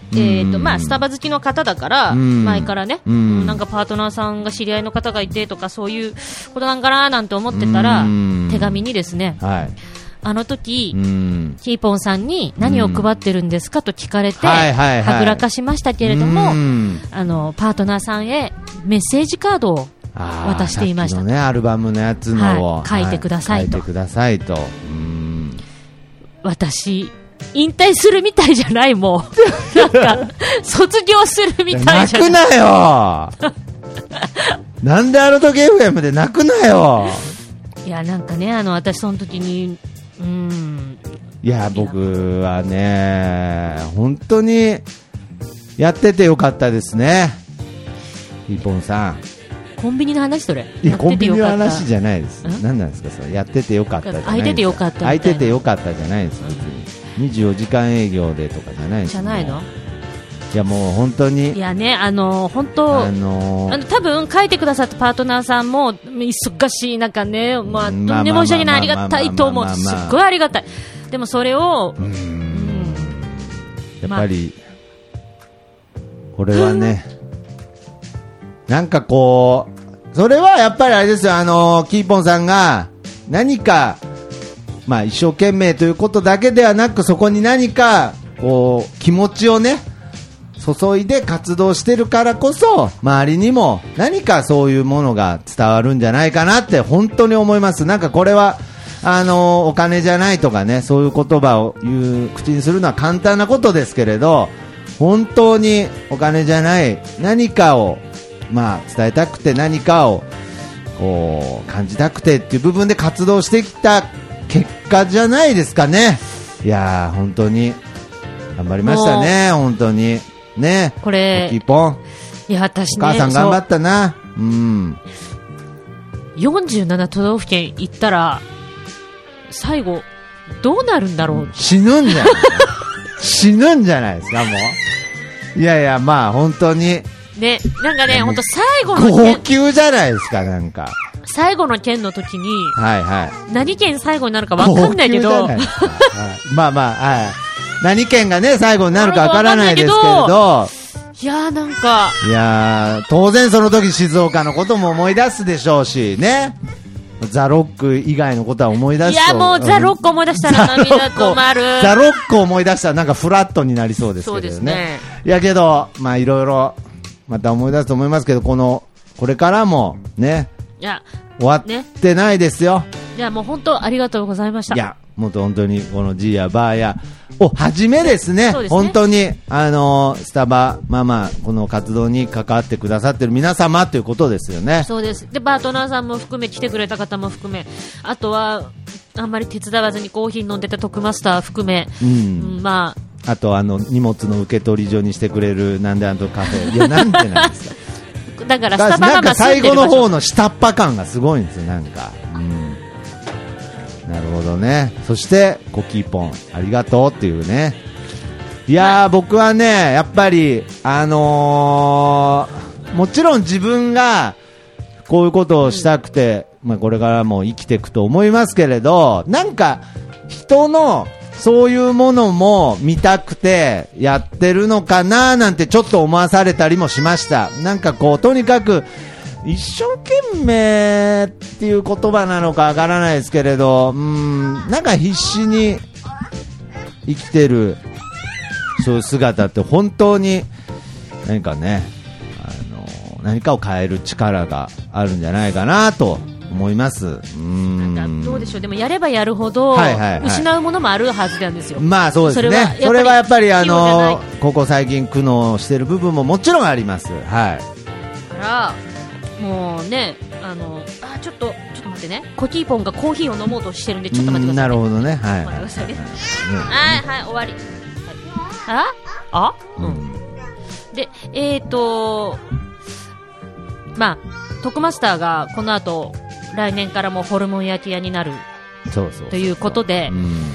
えーとまあ、スタバ好きの方だから、前からね、なんかパートナーさんが知り合いの方がいてとかそういうことなんかななんて思ってたら、手紙にですね、はい、あの時キーポンさんに何を配ってるんですかと聞かれて、はぐらかしましたけれども、あのパートナーさんへメッセージカードを渡していました。 さっきのね、アルバムのやつのを、 はい、書いてくださいと、 書いてくださいと。うん、 私引退するみたいじゃない、もうなんか卒業するみたいじゃない。 泣くなよなんであの時 エフエム で泣くなよ。 いやなんかね、あの私その時にうん、 いや僕はね本当にやっててよかったですね、ピーポンさん。 コンビニの話それ。 いやコンビニの話じゃないです。何なんですかそれ。やっててよかったじゃないですか。 空いててよかったみたいな。 空いててよかったじゃないです。別ににじゅうよじかん営業でとかじゃないです。 じゃないの。 いやもう本当に。 いやね、あの本当、あのー、あの多分書いてくださったパートナーさんも忙しい中ね、まあとんでも申し訳ない、ありがたいと思う。すっごいありがたい。でもそれを、うん、うん、 やっぱり、まあ、これはね。なんかこう、それはやっぱりあれですよ、あのー、キーポンさんが何か、まあ一生懸命ということだけではなく、そこに何か、こう、気持ちをね、注いで活動してるからこそ、周りにも何かそういうものが伝わるんじゃないかなって本当に思います。なんかこれは、あのー、お金じゃないとかね、そういう言葉を言う、口にするのは簡単なことですけれど、本当にお金じゃない何かを、まあ、伝えたくて何かをこう感じたくてっていう部分で活動してきた結果じゃないですかね。いやー本当に頑張りましたね、本当にね。 これキーポン、 いや私ね、 お母さん頑張ったな。う、うん、 よんじゅうなな都道府県行ったら最後どうなるんだろう。 死ぬんじゃない死ぬんじゃないですかもう。いやいやまあ本当にね、なんかね、本当最後の県高級じゃないですか。なんか最後の県の時に、 はいはい、 何県最後になるか分かんないけど、はい、 まあまあ、はい、何県がね最後になるか分からないですけれど、 いやーなんか、 いやー当然その時静岡のことも思い出すでしょうしね。ザ・ロック以外のことは思い出すと、 いやもうザ・ロック思い出したら涙止まる。 ザ・ロック思い出したらなんかフラットになりそうですけどね。そうですね。いやけどまあいろいろまた思い出すと思いますけど、このこれからもね、 いや終わってないですよ。 いやもう本当ありがとうございました。 いやもっと本当にこの G やバーやをはじめですね、ですね本当にあのー、スタバまあまあこの活動に関わってくださってる皆様ということですよね。 そうです。でパートナーさんも含め来てくれた方も含め、あとはあんまり手伝わずにコーヒー飲んでた徳マスター含め、うん、まああとあの荷物の受け取り所にしてくれるなんであのカフェ、いやなんでなんですかだからスタバがなんか最後の方の下っ端感がすごいんですよ。なんか、うん、なるほどね。そしてコキーポンありがとうっていうね。いやー僕はねやっぱりあのー、もちろん自分がこういうことをしたくて、うんまあ、これからも生きていくと思いますけれど、なんか人のそういうものも見たくてやってるのかななんてちょっと思わされたりもしました。なんかこうとにかく一生懸命っていう言葉なのかわからないですけれど、うーんなんか必死に生きてるそういう姿って本当に何かね、あの何かを変える力があるんじゃないかなと思います。うーんなんかどうでしょう。でもやればやるほど、はいはいはい、失うものもあるはずなんですよ。 まあそうですね。それはやっぱりあのここ最近苦悩している部分ももちろんあります。はい。 だからもうねあのあちょっとちょっと待ってね。コキーポンがコーヒーを飲もうとしてるんでちょっと待ってください、ね。なるほどね。はい。待ってくださいね。はいはい終わり。はい、ああ、うん、うん。でえっ、ー、とまあ徳マスターがこの後来年からもホルモン焼き屋になるということで、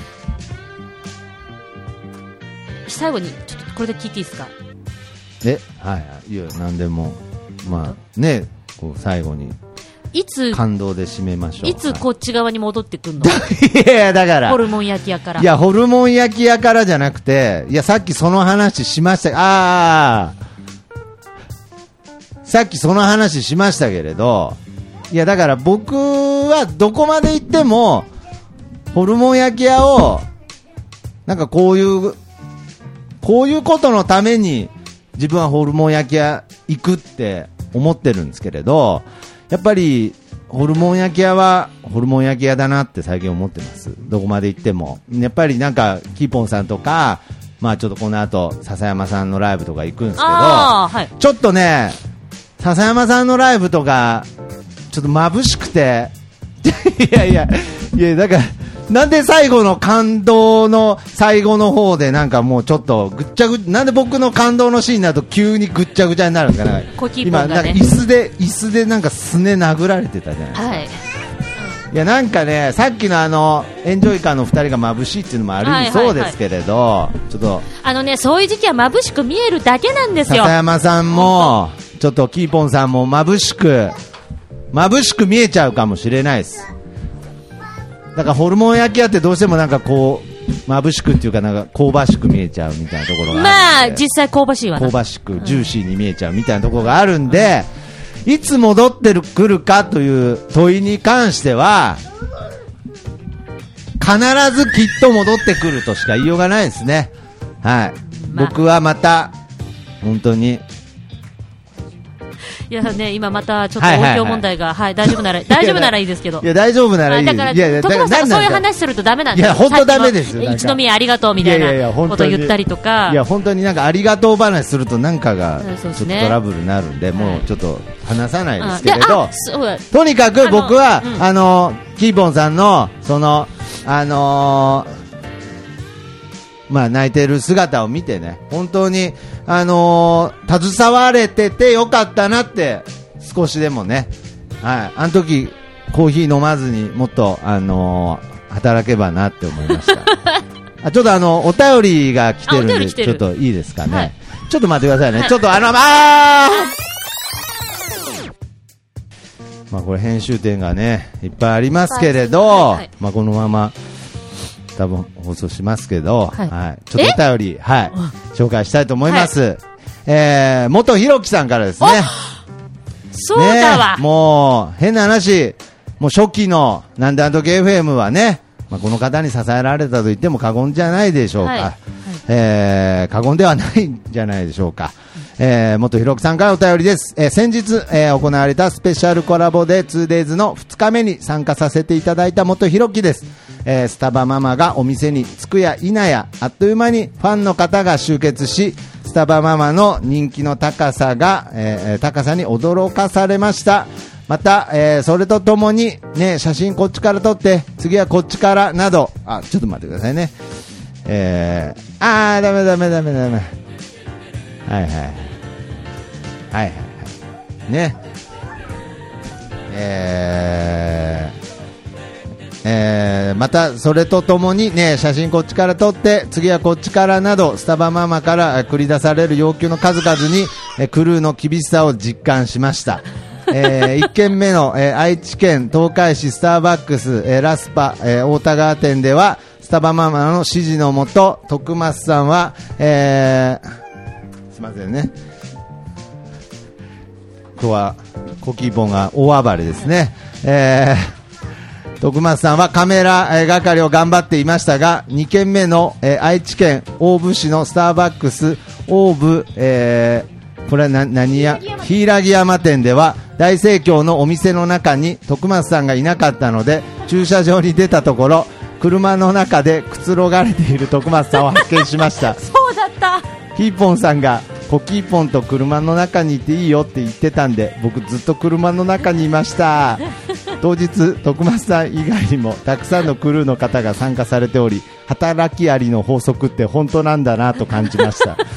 最後にちょっとこれで聞いていいですか。 えはいはいいや何でもまあねこう最後にいつ感動で締めましょう。 いつこっち側に戻ってくるの？ いやいやだからホルモン焼き屋から。 いやホルモン焼き屋からじゃなくて、いやさっきその話しました。ああさっきその話しましたけれど、いやだから僕はどこまで行ってもホルモン焼き屋をなんかこういうこういうことのために自分はホルモン焼き屋行くって思ってるんですけれど、やっぱりホルモン焼き屋はホルモン焼き屋だなって最近思ってます。どこまで行ってもやっぱりなんかキーポンさんとか、まあちょっとこの後笹山さんのライブとか行くんですけど、 はい、 ちょっとね笹山さんのライブとかちょっと眩しくていやいやいやだからなんで最後の感動の最後の方でなんかもうちょっとぐっちゃぐなんで僕の感動のシーンになると急にぐっちゃぐちゃになるんですかね。今なんか椅子で椅子でなんかすね殴られてたじゃないですか、はい、いやなんかねさっきのあのエンジョイカーのふたりが眩しいっていうのもある意味そうですけれど、はいはいはい、ちょっとあのねそういう時期は眩しく見えるだけなんですよ。 笹山さんもちょっとキーポンさんも眩しく眩しく見えちゃうかもしれないです。だからホルモン焼き屋ってどうしてもなんかこう眩しくっていうかなんか香ばしく見えちゃうみたいなところがあるんで、 まあ実際香ばしいわな、 香ばしくジューシーに見えちゃうみたいなところがあるんで、うん、いつ戻ってくるかという問いに関しては必ずきっと戻ってくるとしか言いようがないですね。はい、まあ、僕はまた本当にいやね、今またちょっと音響問題が、はいはいはい、大丈夫なら大丈夫ならいいですけど、 いや大丈夫ならいい。 だから徳間さんがそういう話するとダメなんですよ。 いや本当ダメですよ。 一宮ありがとうみたいなことを言ったりとか、 いや本当になんかありがとう話するとなんかがちょっとトラブルになるんで、もうちょっと話さないですけれど、とにかく僕はあの、うん、あのキーボンさんのそのあのーまあ、泣いてる姿を見てね、本当に、あのー、携われててよかったなって少しでもね、はい、あの時コーヒー飲まずにもっと、あのー、働けばなって思いましたあちょっとあのお便りが来てるんでちょっといいですかね、はい、ちょっと待ってくださいね、はい、ちょっとあのあまあこれ編集点がねいっぱいありますけれど、はいはい、まあ、このまま多分放送しますけど、はいはい、ちょっとお便り、はい、紹介したいと思います、はい、えー、元ひろきさんからですね。 そうだわ、 ね、もう変な話、もう初期のなんであの時 エフエム はね、まあ、この方に支えられたと言っても過言じゃないでしょうか、はいはい、えー、過言ではないんじゃないでしょうか。えー、元ひろきさんからお便りです、えー、先日、えー、行われたスペシャルコラボで ツーデイズ のふつかめに参加させていただいた元ひろきです。えー、スタバママがお店に着くや否やあっという間にファンの方が集結し、スタバママの人気の高さが、えー、高さに驚かされました。また、えー、それとともに、ね、写真こっちから撮って次はこっちからなど、あ、ちょっと待ってくださいね、えー、あーダメダメダメダメ、はいはいはいはいはいね、えーえー、またそれとともに、ね、写真こっちから撮って次はこっちからなどスタバママから繰り出される要求の数々に、えー、クルーの厳しさを実感しました。えー、いっけんめの、えー、愛知県東海市スターバックス、えー、ラスパ、えー、大田川店ではスタバママの指示のもと徳松さんは、えー、すいませんね、今日はコキーポンが大暴れですね。えー徳松さんはカメラ、えー、係を頑張っていましたが、にけんめの、えー、愛知県大府市のスターバックス大府、えー、これはな何や柊山店では大盛況のお店の中に徳松さんがいなかったので駐車場に出たところ車の中でくつろがれている徳松さんを発見しましたそうだった。 キーポンさんがコキーポンと車の中にいていいよって言ってたんで僕ずっと車の中にいました当日徳松さん以外にもたくさんのクルーの方が参加されており働きありの法則って本当なんだなと感じました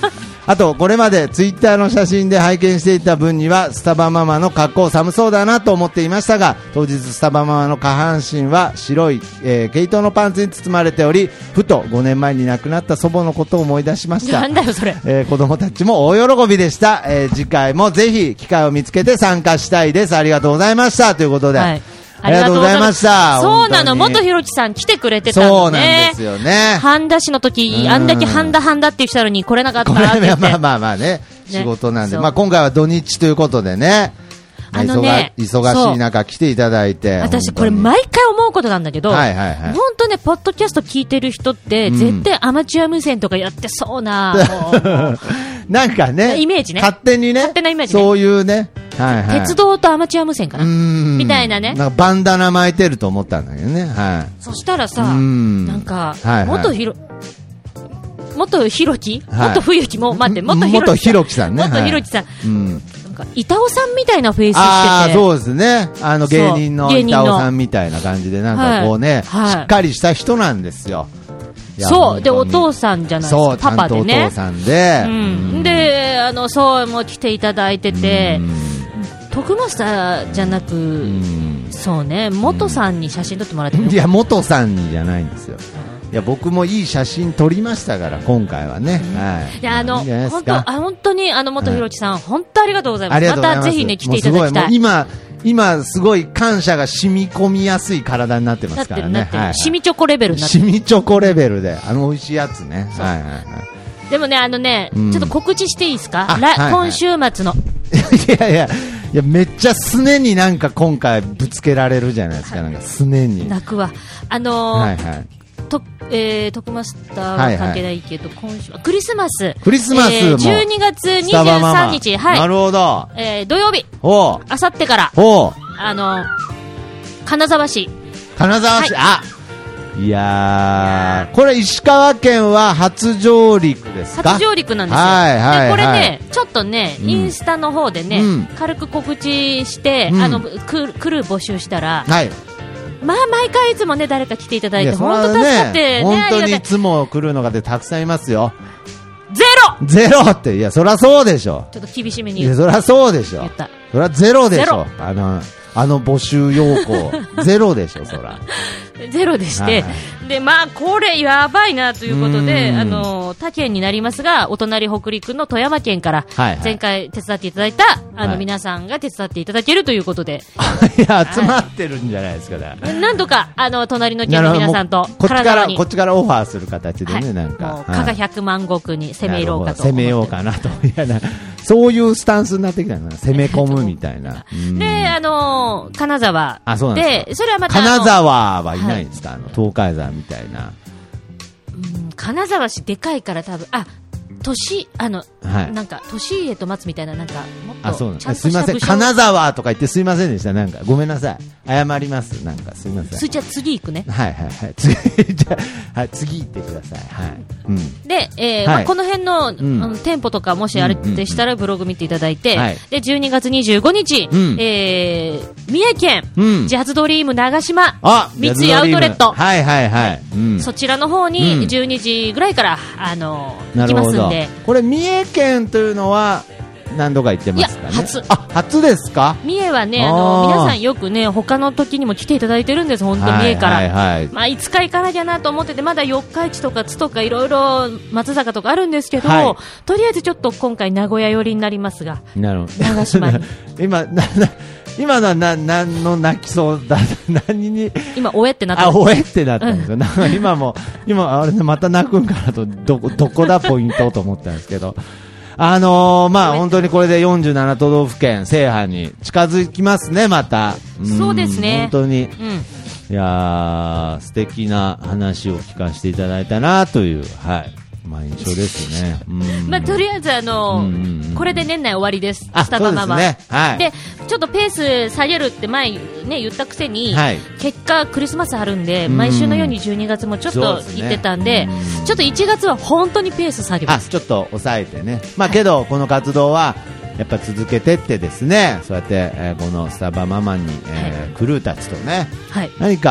あとこれまでツイッターの写真で拝見していた分にはスタバママの格好寒そうだなと思っていましたが、当日スタバママの下半身は白い、えー、毛糸のパンツに包まれており、ふとごねんまえに亡くなった祖母のことを思い出しました。 なんだよそれ、 えー、子供たちも大喜びでした、えー、次回もぜひ機会を見つけて参加したいです。ありがとうございましたということで、はい、ありがとうございました。 そうなの、元ひろきさん来てくれてたのね。 そうなんですよね。 半田市の時、あんだけ半田半田って言ってたのに来れなかったって言って。 まあまあまあね、仕事なんで、ね、まあ今回は土日ということでね。あのね、忙しい中来ていただいて、 私これ毎回思うことなんだけど、 はいはいはい、 本当ね、ポッドキャスト聞いてる人って、うん、絶対アマチュア無線とかやってそうな、 なんかね、 イメージね、 勝手にね、 勝手なイメージね、 そういうね、はいはい、 鉄道とアマチュア無線かなみたいなね、 なんかバンダナ巻いてると思ったんだけどね、はい、 そしたらさ、なんか、はいはい、元ひろ元ひろき、はい、元冬木も待って元ひろきさんね、 元ひろきさん、はい、うん、板尾さんみたいなフェイスしてて、 あそうですね、あの芸人の板尾さんみたいな感じで、なんかこうね、はいはい、しっかりした人なんですよ。 そうで、お父さんじゃないですか、パパでね、 お父さんで、 うん、で、あのそうも来ていただいてて、徳マスターじゃなく、そうね、元さんに写真撮ってもらっても、 いや元さんにじゃないんですよ。いや僕もいい写真撮りましたから今回はね、うん、はい、 いやあの本当あ本当にあの元ひろきさん、はい、本当ありがとうございます。またぜひね来ていただきたい。 今今すごい感謝が染み込みやすい体になってますからね。 はいはい、シミチョコレベルになってる。 シミチョコレベルであの美味しいやつね。はいはいはい。 でもねあのね、うん、ちょっと告知していいですか。はいはい、今週末のいやいやいやめっちゃすねになんか今回ぶつけられるじゃないですか。なんかすねに泣くわあのー、はいはいとえー、徳マスターは関係ないけど、はいはい、今週はクリスマスクリスマスも、 えー、じゅうにがつにじゅうさんにち、はい、 なるほど、 えー、土曜日あさってからおあの金沢市金沢市、はい、あいやーこれ石川県は初上陸ですか。 初上陸なんですよ、 はいはいはい、 でこれねちょっとね、うん、インスタの方でね、うん、軽く告知して、うん、あのクルー募集したら、はいまあ毎回いつもね誰か来ていただいて本当助かってね、 本当にいつも来るのがでたくさんいますよ。 ゼロゼロっていやそりゃそうでしょ。 ちょっと厳しめに言う。 いやそりゃそうでしょ。 言った。 そりゃゼロでしょ。あのあの募集要項ゼロでしょそら。 ゼロでして、はい、でまあこれやばいなということであの他県になりますがお隣北陸の富山県から前回手伝っていただいた、はいはい、あの皆さんが手伝っていただけるということで、 はい、いや集まってるんじゃないですか、ね、 なんとかあの隣の県の皆さんとこっちからこっちからオファーする形でね、はい、なんか加賀百万石に攻め入ろうかと攻めようかなといやなそういうスタンスになってきたな攻め込むみたいなであの金沢あそうなんですか。 でそれはまた金沢はいないんですか、はい、あの東海山みたいな、 うん、金沢市でかいから多分あ年あの、はい、なんか年家と松みたいななんかもっとあそうなんすいません金沢とか言ってすいませんでした。なんかごめんなさい謝りますなんかすいません。 それじゃあ次行くね。 はいはいはい次じゃあ、はい、次行ってください。はい、うん、 で、えーはいまあ、この辺の、うん、あの店舗とかもしあれでしたらブログ見ていただいて、うんうんうん、でじゅうにがつにじゅうごにち、うん、えー、三重県、うん、ジャズドリーム長島三井アウトレットはいはいはい、うん、 そちらの方にじゅうにじぐらいから、あの行きますんで。 これ三重県というのは何度か行ってますかね。 いや初あ初ですか。 三重はねあの皆さんよくね他の時にも来ていただいてるんです本当三重から、はいはいはい、まあいつか行かなきゃなと思っててまだ四日市とか津とかいろいろ松坂とかあるんですけど、はい、とりあえずちょっと今回名古屋寄りになりますがなるほど長島に今なな今のはな何の泣きそうだ何に今おえってなったあおえってなったんですよ、うん、なんか今も今あれまた泣くんかなとどどこだポイントと思ったんですけどあのー、まあ本当にこれでよんじゅうななとどうふけん制覇に近づきますねまた。 そうですね本当に、 うん、 いやー素敵な話を聞かせていただいたなというはいまあ印象ですね。うんまあとりあえずあの、うんうんうん、これで年内終わりです。スタバママ。 ねはい、 でちょっとペース下げるって前ね言ったくせに、はい、結果クリスマスあるんで、うん、毎週のようにじゅうにがつもちょっと言ってたんで、ねうん、ちょっといちがつは本当にペース下げます。 あちょっと抑えてね。まあけど、はい、この活動はやっぱ続けてってですねそうやって、えー、このスタバママに、えーはい、クルーたちとね、はい、何か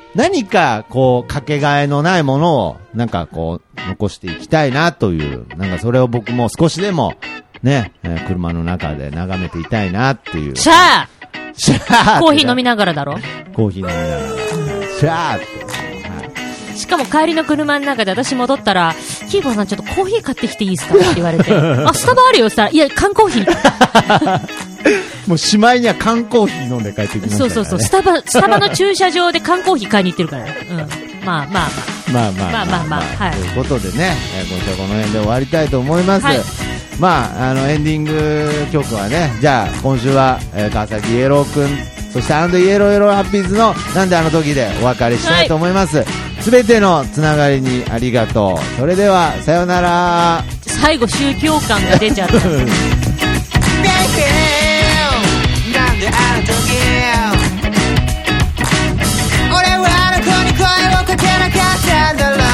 何かこうかけがえのないものをなんかこう残していきたいなという、なんかそれを僕も少しでもね、えー、車の中で眺めていたいなっていう。 シャーシャーコーヒー飲みながらだろ。 コーヒー飲みながらシャーって、 はい、しかも帰りの車の中で私戻ったら、キーボーさんちょっとコーヒー買ってきていいですかって言われてあ、スタバあるよって言ったら、いや缶コーヒーもうしまいには缶コーヒー飲んで帰ってきましたからね。 そうそうそう、スタバ、スタバの駐車場で缶コーヒー買いに行ってるから、うん、まあまあまあまあまあまあまあ、はい、ということでね、えー、今週はこの辺で終わりたいと思います、はい、まああのエンディング曲はね、じゃあ今週は、えー、川崎イエローくん、そしてアンドイエローイエローハッピーズのなんであの時でお別れしたいと思います。すべ、はい、てのつながりにありがとう。それではさよなら。 最後宗教感が出ちゃったなんであの時俺はあの子に声をかけなかったんだろう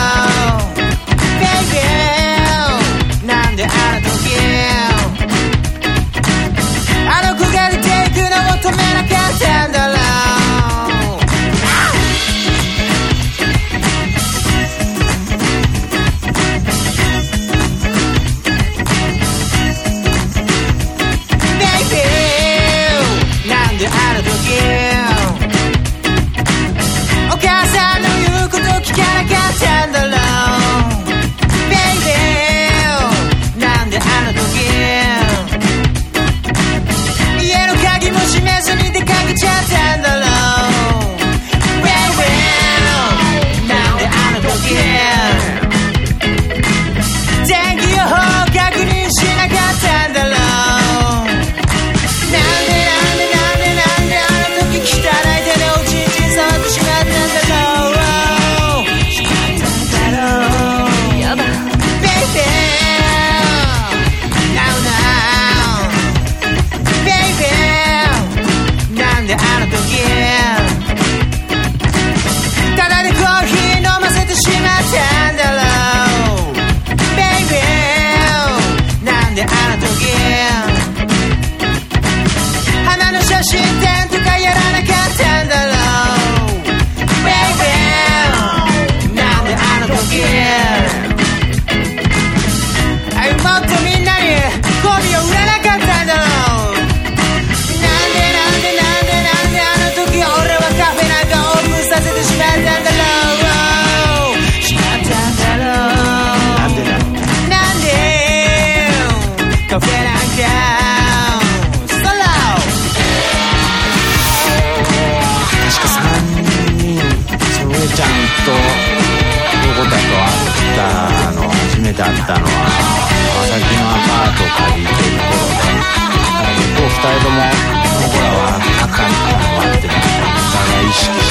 Baby なんであの時あの子が出ていくのを止めなかったんだろうお母さんの言うこと聞かなかったんだろう Baby なんであの時家の鍵も閉めずに出かけちゃったんだろう Baby なんであの時天気予報確認しなかったんだろうただでコーヒー飲ませてしまったんだろう Baby なんであの時花の写真展とかやらなかったんだろう Baby なんであの時あいもっとみんなにゴミを売らなかったんだろうさせてしまったんだろうしまったんだろうなんでなんでなんでカフェなんかソロ確かさんにんそれちゃんとどこだと会ったの初めて会ったのは川崎のアパートを借りてる頃で、ふたりとも僕らは赤に変わってました。お互い意識